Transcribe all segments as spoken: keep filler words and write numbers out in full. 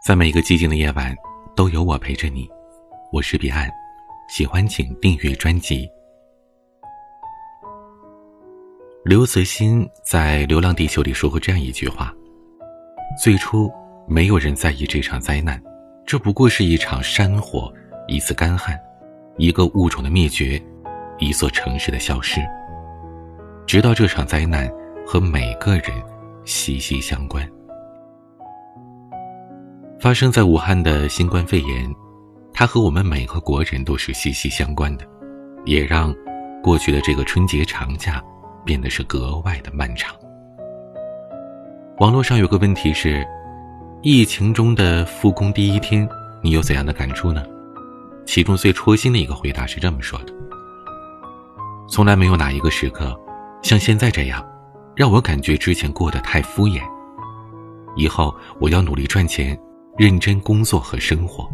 在每个寂静的夜晚，都有我陪着你。我是彼岸，喜欢请订阅专辑。刘慈欣在《流浪地球》里说过这样一句话：最初没有人在意这场灾难，这不过是一场山火，一次干旱，一个物种的灭绝，一座城市的消失。直到这场灾难和每个人息息相关。发生在武汉的新冠肺炎，它和我们每个国人都是息息相关的，也让过去的这个春节长假变得是格外的漫长。网络上有个问题是，疫情中的复工第一天，你有怎样的感触呢？其中最戳心的一个回答是这么说的：从来没有哪一个时刻像现在这样让我感觉之前过得太敷衍，以后我要努力赚钱，认真工作和生活。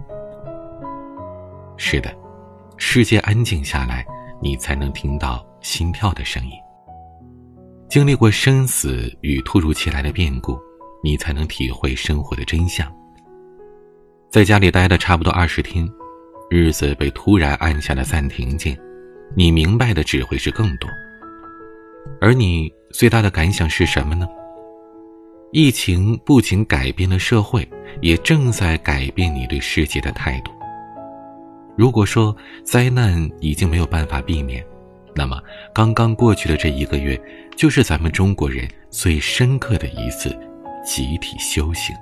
是的，世界安静下来，你才能听到心跳的声音。经历过生死与突如其来的变故，你才能体会生活的真相。在家里待了差不多二十天，日子被突然按下了暂停键，你明白的只会是更多。而你最大的感想是什么呢？疫情不仅改变了社会，也正在改变你对世界的态度。如果说灾难已经没有办法避免，那么刚刚过去的这一个月，就是咱们中国人最深刻的一次集体修行。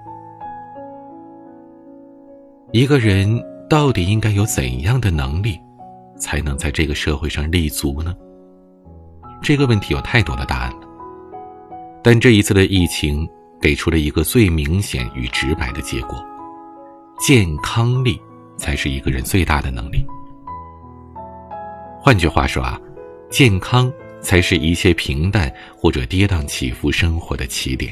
一个人到底应该有怎样的能力，才能在这个社会上立足呢？这个问题有太多的答案了，但这一次的疫情给出了一个最明显与直白的结果：健康力才是一个人最大的能力。换句话说啊，健康才是一切平淡或者跌宕起伏生活的起点。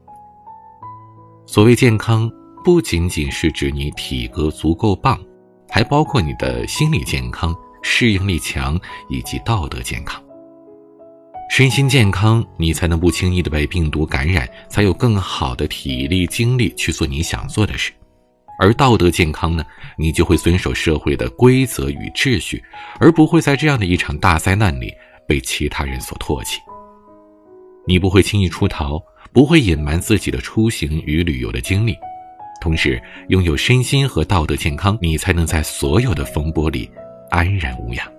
所谓健康，不仅仅是指你体格足够棒，还包括你的心理健康、适应力强以及道德健康。身心健康，你才能不轻易的被病毒感染，才有更好的体力精力去做你想做的事。而道德健康呢，你就会遵守社会的规则与秩序，而不会在这样的一场大灾难里被其他人所唾弃。你不会轻易出逃，不会隐瞒自己的出行与旅游的经历，同时拥有身心和道德健康，你才能在所有的风波里安然无恙。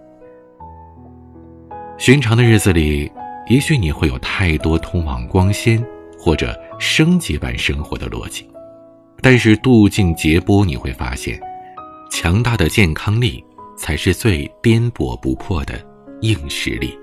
寻常的日子里，也许你会有太多通往光鲜或者升级版生活的逻辑，但是渡尽劫波，你会发现强大的健康力才是最颠簸不破的硬实力。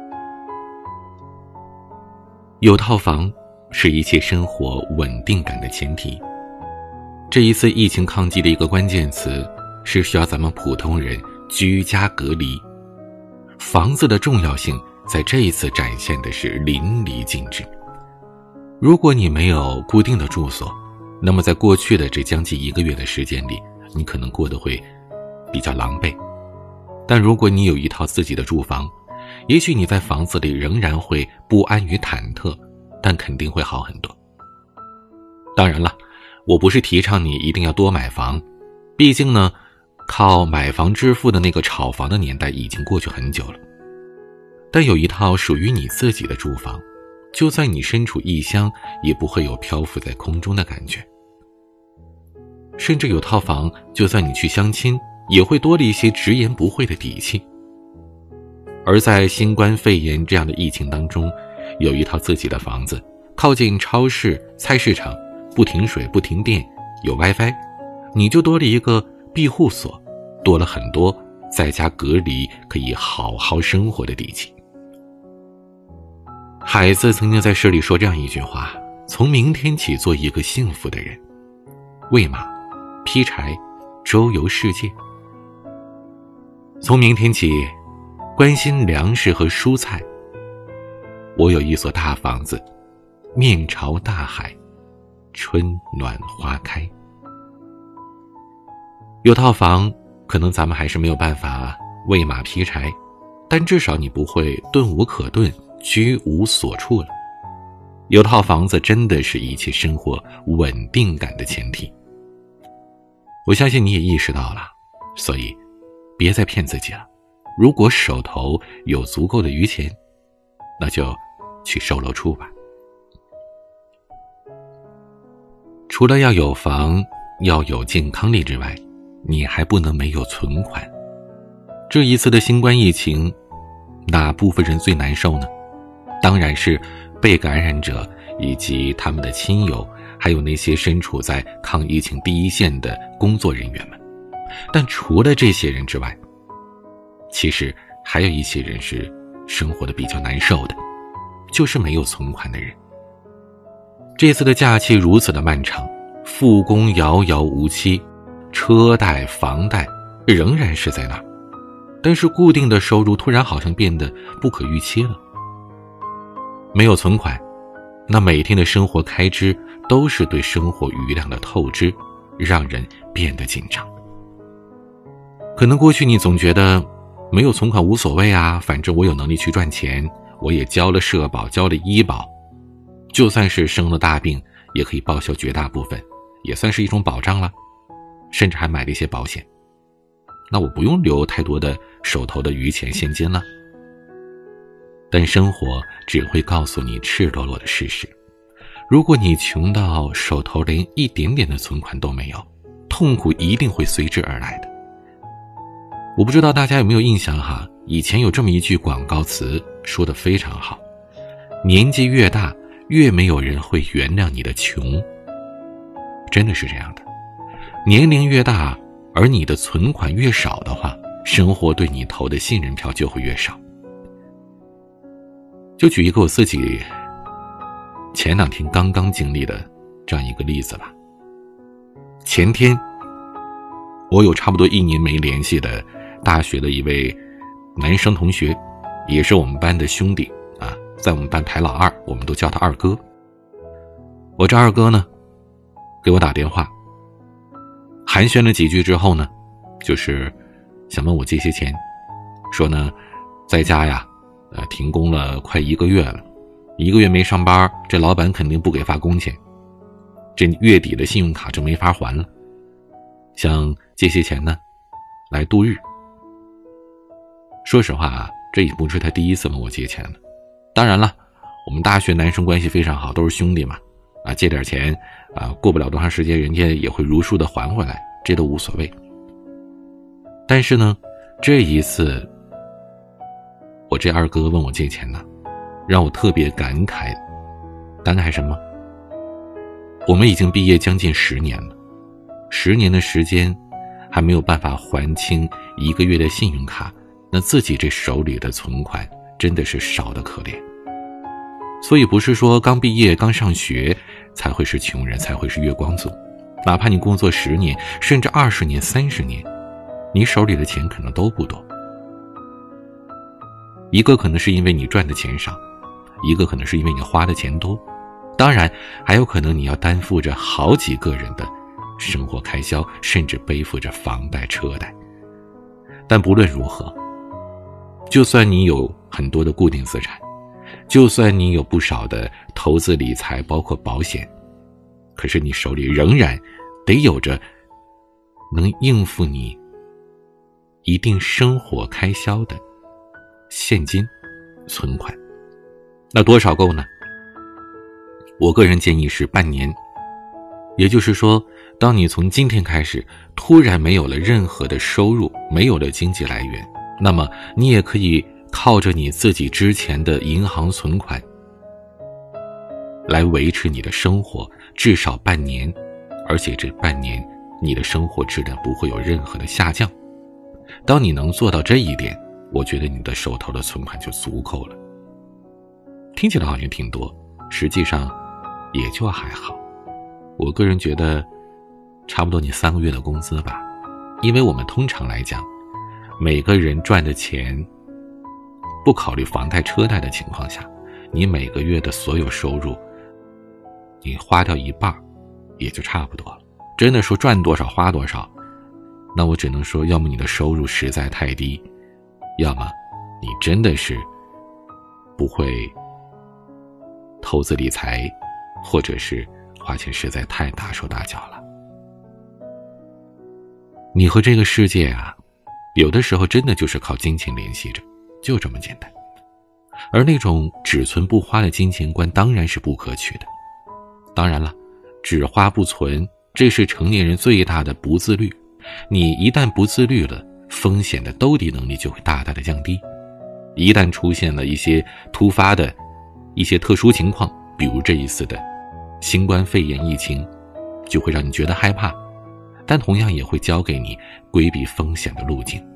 有套房是一切生活稳定感的前提。这一次疫情抗击的一个关键词是需要咱们普通人居家隔离。房子的重要性在这一次展现的是淋漓尽致。如果你没有固定的住所，那么在过去的这将近一个月的时间里，你可能过得会比较狼狈。但如果你有一套自己的住房，也许你在房子里仍然会不安与忐忑，但肯定会好很多。当然了，我不是提倡你一定要多买房，毕竟呢，靠买房致富的那个炒房的年代已经过去很久了。但有一套属于你自己的住房，就算你身处异乡，也不会有漂浮在空中的感觉。甚至有套房，就算你去相亲，也会多了一些直言不讳的底气。而在新冠肺炎这样的疫情当中，有一套自己的房子，靠近超市、菜市场，不停水不停电，有 WiFi， 你就多了一个庇护所，多了很多在家隔离可以好好生活的底气。海子曾经在诗里说这样一句话：从明天起做一个幸福的人，喂马、劈柴、周游世界。从明天起，关心粮食和蔬菜。我有一所大房子，面朝大海，春暖花开。有套房，可能咱们还是没有办法喂马劈柴，但至少你不会遁无可遁，居无所处了。有套房子真的是一切生活稳定感的前提。 我相信你也意识到了，所以别再骗自己了。如果手头有足够的余钱，那就去售楼处吧。除了要有房，要有健康力之外，你还不能没有存款。这一次的新冠疫情，哪部分人最难受呢？当然是被感染者以及他们的亲友，还有那些身处在抗疫情第一线的工作人员们。但除了这些人之外，其实还有一些人是生活的比较难受的，就是没有存款的人。这次的假期如此的漫长，复工遥遥无期，车贷房贷仍然是在那儿，但是固定的收入突然好像变得不可预期了。没有存款，那每天的生活开支都是对生活余量的透支，让人变得紧张。可能过去你总觉得没有存款无所谓啊，反正我有能力去赚钱，我也交了社保，交了医保，就算是生了大病也可以报销绝大部分，也算是一种保障了，甚至还买了一些保险，那我不用留太多的手头的余钱现金了。但生活只会告诉你赤裸裸的事实，如果你穷到手头连一点点的存款都没有，痛苦一定会随之而来的。我不知道大家有没有印象哈，以前有这么一句广告词说得非常好，年纪越大，越没有人会原谅你的穷。真的是这样的，年龄越大，而你的存款越少的话，生活对你投的信任票就会越少。就举一个我自己前两天刚刚经历的这样一个例子吧。前天我有差不多一年没联系的大学的一位男生同学，也是我们班的兄弟啊，在我们班排老二，我们都叫他二哥。我这二哥呢给我打电话，寒暄了几句之后呢，就是想问我借些钱，说呢在家呀呃，停工了快一个月了，一个月没上班，这老板肯定不给发工钱，这月底的信用卡就没法还了，想借些钱呢来度日。说实话啊，这也不是他第一次问我借钱了。当然了，我们大学男生关系非常好，都是兄弟嘛，啊，借点钱啊，过不了多长时间人家也会如数的还回来，这都无所谓。但是呢，这一次我这二哥问我借钱呢，让我特别感慨。感慨什么？我们已经毕业将近十年了，十年的时间还没有办法还清一个月的信用卡，那自己这手里的存款真的是少得可怜。所以不是说刚毕业刚上学才会是穷人，才会是月光族，哪怕你工作十年甚至二十年三十年，你手里的钱可能都不多。一个可能是因为你赚的钱少，一个可能是因为你花的钱多，当然还有可能你要担负着好几个人的生活开销，甚至背负着房贷车贷。但不论如何，就算你有很多的固定资产，就算你有不少的投资理财包括保险，可是你手里仍然得有着能应付你一定生活开销的现金存款。那多少够呢？我个人建议是半年。也就是说，当你从今天开始突然没有了任何的收入，没有了经济来源，那么你也可以靠着你自己之前的银行存款来维持你的生活至少半年，而且这半年你的生活质量不会有任何的下降。当你能做到这一点，我觉得你的手头的存款就足够了。听起来好像挺多，实际上也就还好。我个人觉得差不多你三个月的工资吧，因为我们通常来讲，每个人赚的钱不考虑房贷车贷的情况下，你每个月的所有收入你花掉一半也就差不多了。真的说赚多少花多少，那我只能说要么你的收入实在太低，要么你真的是不会投资理财，或者是花钱实在太大手大脚了。 你和这个世界啊，有的时候真的就是靠金钱联系着，就这么简单。而那种只存不花的金钱观当然是不可取的。当然了，只花不存，这是成年人最大的不自律。你一旦不自律了，风险的兜底能力就会大大的降低。一旦出现了一些突发的一些特殊情况，比如这一次的新冠肺炎疫情，就会让你觉得害怕，但同样也会教给你规避风险的路径。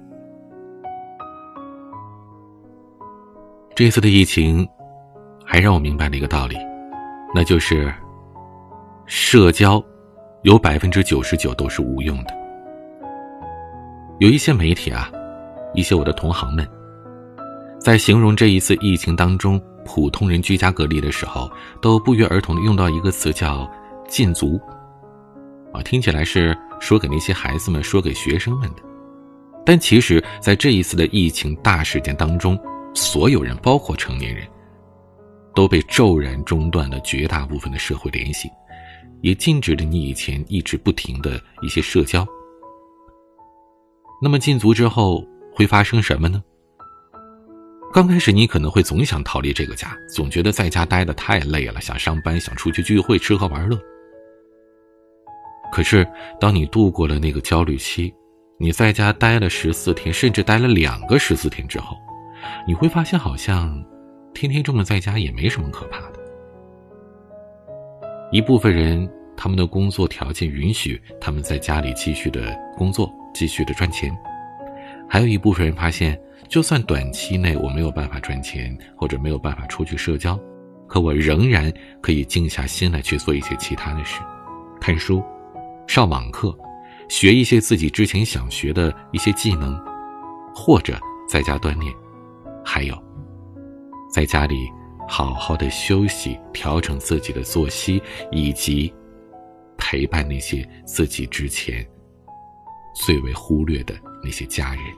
这次的疫情还让我明白了一个道理，那就是社交有 百分之九十九 都是无用的。有一些媒体啊，一些我的同行们在形容这一次疫情当中普通人居家隔离的时候，都不约而同地用到一个词叫禁足啊，听起来是说给那些孩子们，说给学生们的。但其实在这一次的疫情大事件当中，所有人包括成年人都被骤然中断了绝大部分的社会联系，也禁止了你以前一直不停的一些社交。那么禁足之后会发生什么呢？刚开始你可能会总想逃离这个家，总觉得在家待得太累了，想上班，想出去聚会吃喝玩乐。可是当你度过了那个焦虑期，你在家待了十四天，甚至待了两个十四天之后，你会发现好像天天这么在家也没什么可怕的。一部分人他们的工作条件允许他们在家里继续的工作，继续的赚钱。还有一部分人发现，就算短期内我没有办法赚钱，或者没有办法出去社交，可我仍然可以静下心来去做一些其他的事，看书，上网课，学一些自己之前想学的一些技能，或者在家锻炼，还有在家里好好的休息，调整自己的作息，以及陪伴那些自己之前最为忽略的那些家人。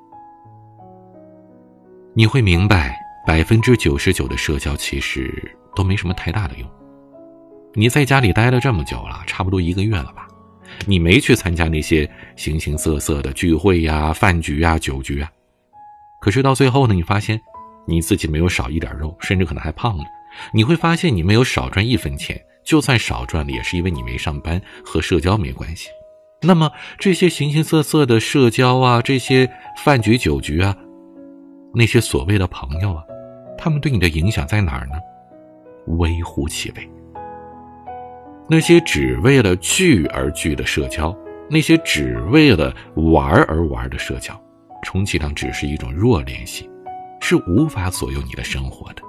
你会明白 百分之九十九 的社交其实都没什么太大的用。你在家里待了这么久了，差不多一个月了吧，你没去参加那些形形色色的聚会呀、饭局啊、酒局啊，可是到最后呢，你发现你自己没有少一点肉，甚至可能还胖了。你会发现你没有少赚一分钱，就算少赚了也是因为你没上班，和社交没关系。那么这些形形色色的社交啊，这些饭局酒局啊，那些所谓的朋友啊，他们对你的影响在哪儿呢？微乎其微。那些只为了聚而聚的社交，那些只为了玩而玩的社交，充其量只是一种弱联系，是无法左右你的生活的。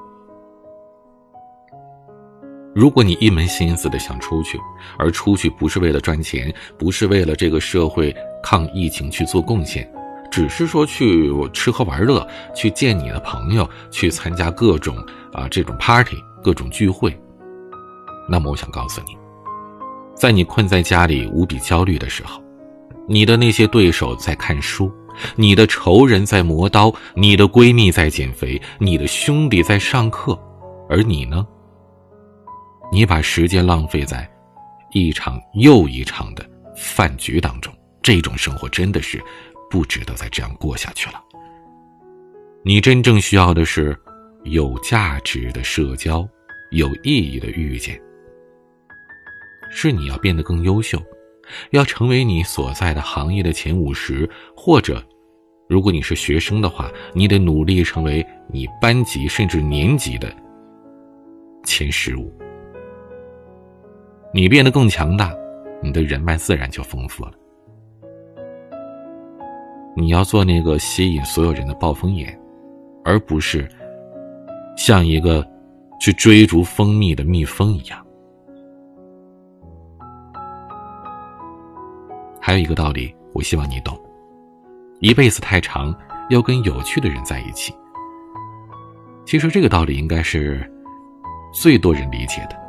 如果你一门心思的想出去，而出去不是为了赚钱，不是为了这个社会抗疫情去做贡献，只是说去吃喝玩乐，去见你的朋友，去参加各种啊这种 party， 各种聚会，那么我想告诉你，在你困在家里无比焦虑的时候，你的那些对手在看书，你的仇人在磨刀，你的闺蜜在减肥，你的兄弟在上课，而你呢？你把时间浪费在一场又一场的饭局当中，这种生活真的是不值得再这样过下去了。你真正需要的是有价值的社交，有意义的遇见。是你要变得更优秀，要成为你所在的行业的前五十，或者如果你是学生的话，你得努力成为你班级甚至年级的前十五。你变得更强大，你的人脉自然就丰富了。你要做那个吸引所有人的暴风眼，而不是像一个去追逐蜂蜜的蜜蜂一样。还有一个道理，我希望你懂，一辈子太长，要跟有趣的人在一起。其实这个道理应该是最多人理解的。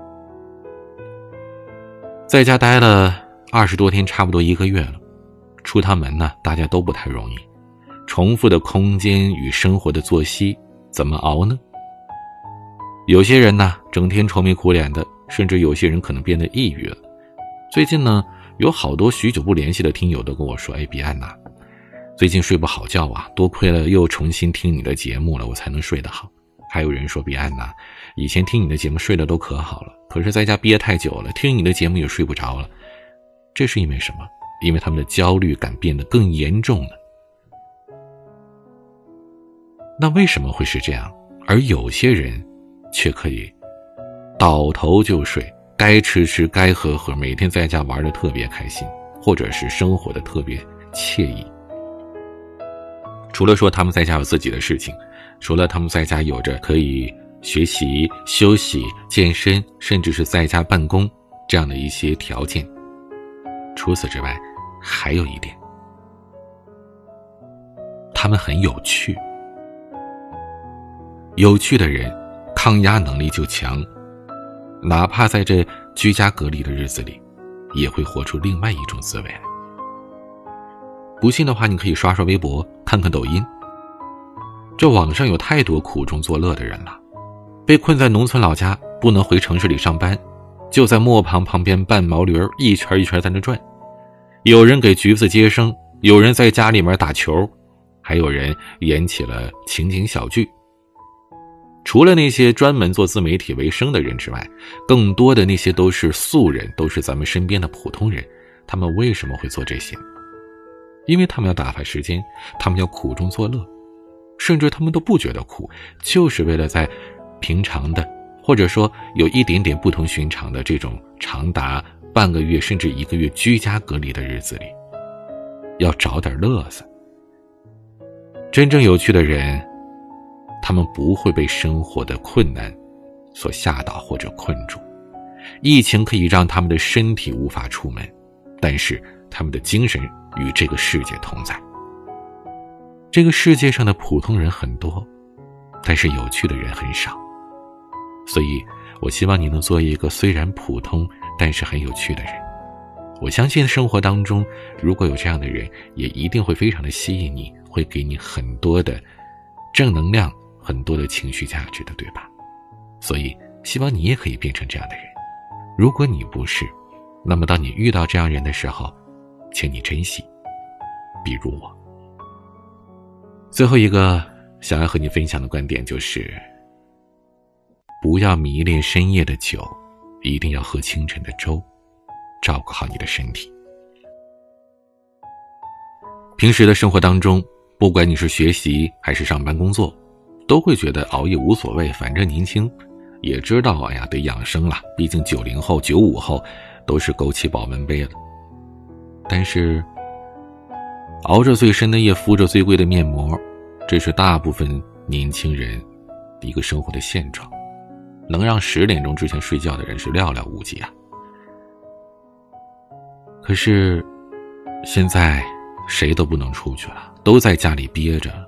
在家待了二十多天，差不多一个月了，出趟门呢，大家都不太容易。重复的空间与生活的作息，怎么熬呢？有些人呢，整天愁眉苦脸的，甚至有些人可能变得抑郁了。最近呢， 有好多许久不联系的听友都跟我说，哎，彼岸呐，最近睡不好觉啊，多亏了又重新听你的节目了，我才能睡得好。还有人说，彼岸呐，以前听你的节目睡得都可好了，可是在家憋太久了，听你的节目也睡不着了。这是因为什么？因为他们的焦虑感变得更严重了。那为什么会是这样？而有些人却可以倒头就睡，该吃吃该喝喝，每天在家玩得特别开心，或者是生活得特别惬意。除了说他们在家有自己的事情，除了他们在家有着可以学习、休息、健身，甚至是在家办公这样的一些条件，除此之外还有一点，他们很有趣。有趣的人抗压能力就强，哪怕在这居家隔离的日子里，也会活出另外一种滋味来。不信的话，你可以刷刷微博，看看抖音。这网上有太多苦中作乐的人了，被困在农村老家，不能回城市里上班，就在磨棚旁边扮毛驴，一圈一圈在那转。有人给橘子接生，有人在家里面打球，还有人演起了情景小剧。除了那些专门做自媒体为生的人之外，更多的那些都是素人，都是咱们身边的普通人。他们为什么会做这些？因为他们要打发时间，他们要苦中作乐，甚至他们都不觉得苦，就是为了在平常的，或者说有一点点不同寻常的这种长达半个月甚至一个月居家隔离的日子里，要找点乐子。真正有趣的人，他们不会被生活的困难所吓倒或者困住。疫情可以让他们的身体无法出门，但是他们的精神与这个世界同在。这个世界上的普通人很多，但是有趣的人很少。所以我希望你能做一个虽然普通但是很有趣的人。我相信生活当中如果有这样的人，也一定会非常的吸引你，会给你很多的正能量，很多的情绪价值的，对吧？所以希望你也可以变成这样的人。如果你不是，那么当你遇到这样人的时候，请你珍惜，比如我。最后一个想要和你分享的观点就是，不要迷恋深夜的酒，一定要喝清晨的粥，照顾好你的身体。平时的生活当中，不管你是学习还是上班工作，都会觉得熬夜无所谓，反正年轻，也知道哎呀得养生了，毕竟九零后九五后都是枸杞保温杯了。但是熬着最深的夜，敷着最贵的面膜，这是大部分年轻人一个生活的现状，能让十点钟之前睡觉的人是寥寥无几啊。可是现在谁都不能出去了，都在家里憋着，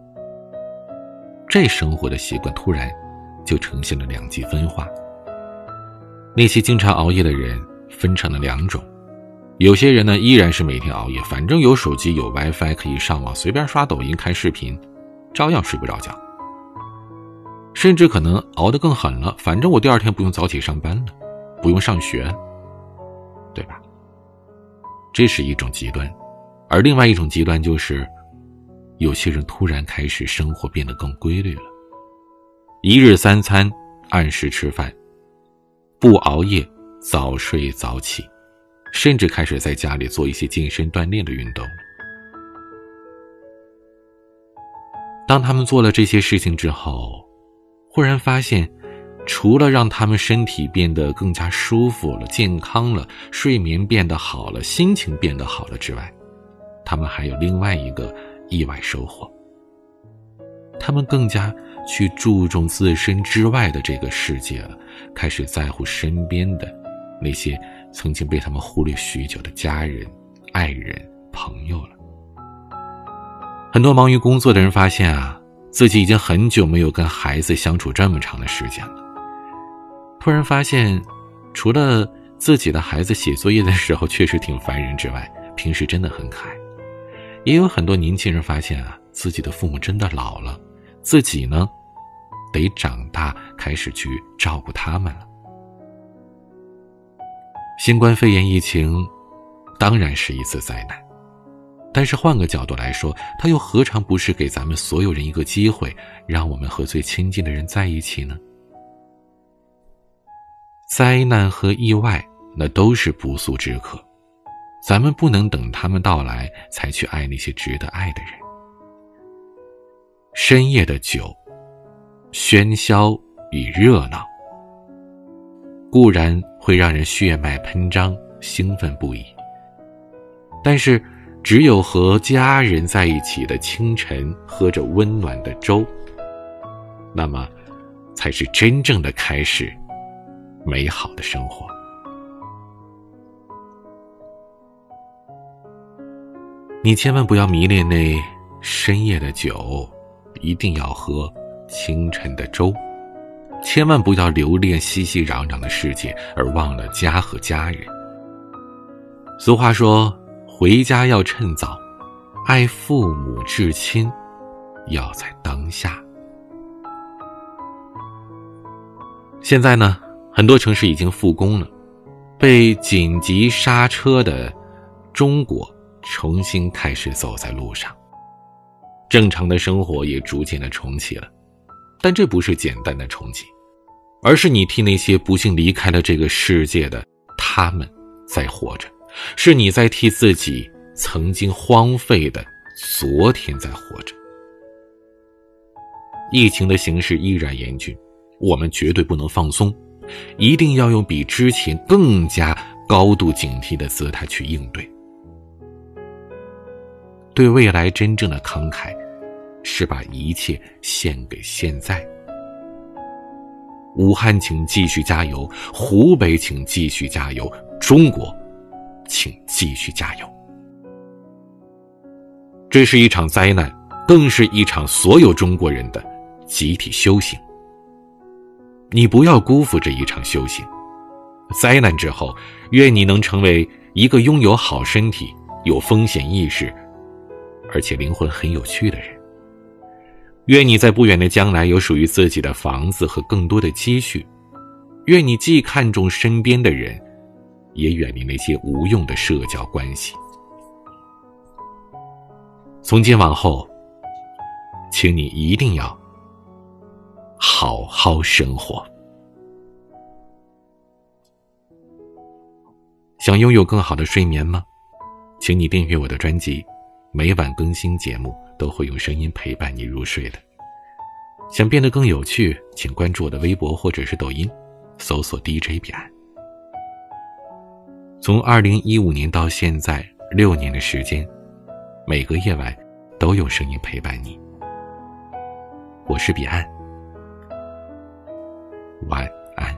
这生活的习惯突然就呈现了两极分化。那些经常熬夜的人分成了两种，有些人呢依然是每天熬夜，反正有手机有 WiFi 可以上网，随便刷抖音看视频，照样睡不着觉。甚至可能熬得更狠了，反正我第二天不用早起上班了，不用上学，对吧？这是一种极端。而另外一种极端就是，有些人突然开始生活变得更规律了，一日三餐按时吃饭，不熬夜，早睡早起，甚至开始在家里做一些健身锻炼的运动。当他们做了这些事情之后，忽然发现，除了让他们身体变得更加舒服了、健康了，睡眠变得好了，心情变得好了之外，他们还有另外一个意外收获。他们更加去注重自身之外的这个世界了，开始在乎身边的那些曾经被他们忽略许久的家人、爱人、朋友了。很多忙于工作的人发现啊，自己已经很久没有跟孩子相处这么长的时间了。突然发现，除了自己的孩子写作业的时候确实挺烦人之外，平时真的很可爱。也有很多年轻人发现啊，自己的父母真的老了，自己呢得长大，开始去照顾他们了。新冠肺炎疫情当然是一次灾难。但是换个角度来说，它又何尝不是给咱们所有人一个机会，让我们和最亲近的人在一起呢？灾难和意外，那都是不速之客，咱们不能等他们到来才去爱那些值得爱的人。深夜的酒，喧嚣与热闹，固然会让人血脉喷张，兴奋不已，但是只有和家人在一起的清晨，喝着温暖的粥，那么才是真正的开始美好的生活。你千万不要迷恋那深夜的酒，一定要喝清晨的粥，千万不要留恋熙熙攘攘的世界，而忘了家和家人。俗话说，回家要趁早，爱父母至亲要在当下。现在呢，很多城市已经复工了，被紧急刹车的中国重新开始走在路上，正常的生活也逐渐的重启了。但这不是简单的重启，而是你替那些不幸离开了这个世界的他们在活着，是你在替自己曾经荒废的昨天在活着。疫情的形势依然严峻，我们绝对不能放松，一定要用比之前更加高度警惕的姿态去应对。对未来真正的慷慨，是把一切献给现在。武汉请继续加油，湖北请继续加油，中国请继续加油。这是一场灾难，更是一场所有中国人的集体修行。你不要辜负这一场修行。灾难之后，愿你能成为一个拥有好身体、有风险意识，而且灵魂很有趣的人。愿你在不远的将来有属于自己的房子和更多的积蓄。愿你既看重身边的人，也远离那些无用的社交关系。从今往后，请你一定要好好生活。想拥有更好的睡眠吗？请你订阅我的专辑，每晚更新节目，都会用声音陪伴你入睡的。想变得更有趣，请关注我的微博或者是抖音，搜索 D J 彼岸。从二零一五年到现在六年的时间，每个夜晚都有声音陪伴你。我是彼岸，晚安。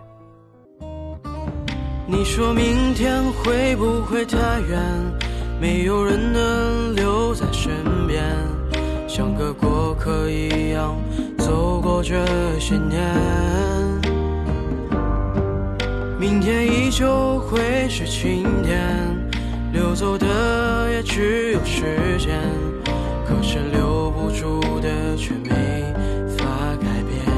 你说明天会不会太远，没有人能留在身边，像个过客一样走过这些年。明天依旧会是晴天，流走的也只有时间，可是留不住的却没法改变。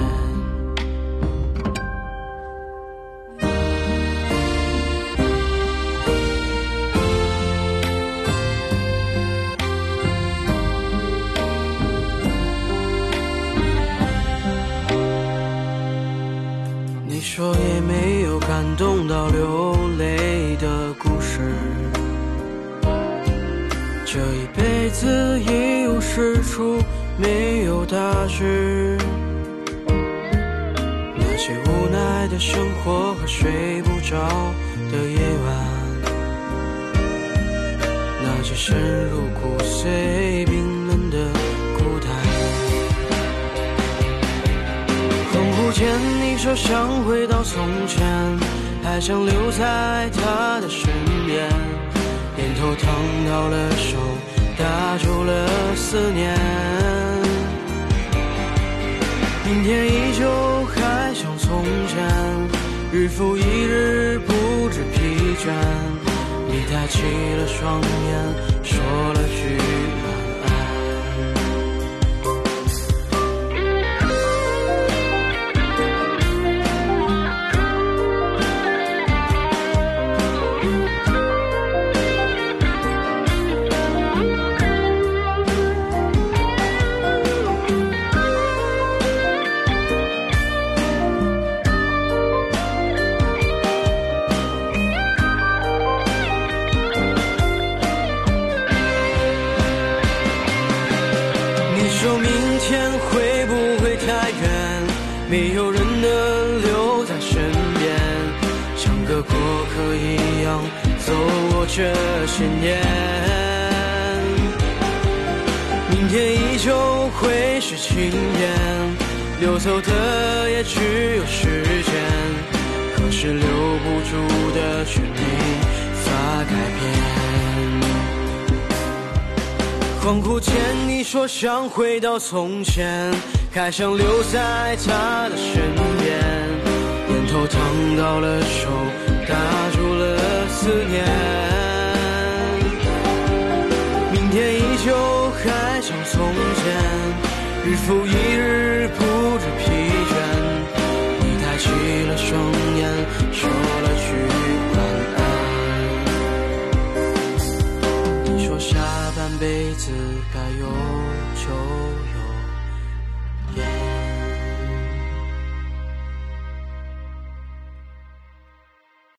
你说也没有感动到流泪的故事，这一辈子一无是处，没有大志。那些无奈的生活和睡不着的夜晚，那些深入骨髓冰冷的孤单。很不见你说想回到从前，还想留在他的身边，烟头烫到了手，打住了思念。明天依旧还像从前，日复一日不知疲倦。你抬起了双眼，说了句晚安。 说明天会不会太远，没有人能留在身边，像个过客一样走过这些年。明天依旧会是晴天，流走的也只有时间，可是留不住的却没法改变。恍惚间你说想回到从前，还想留在他的身边，烟头烫到了手，打住了思念。明天依旧还像从前，日复一日不知疲倦，你抬起了双眼，说了句晚安。你说下半辈子该有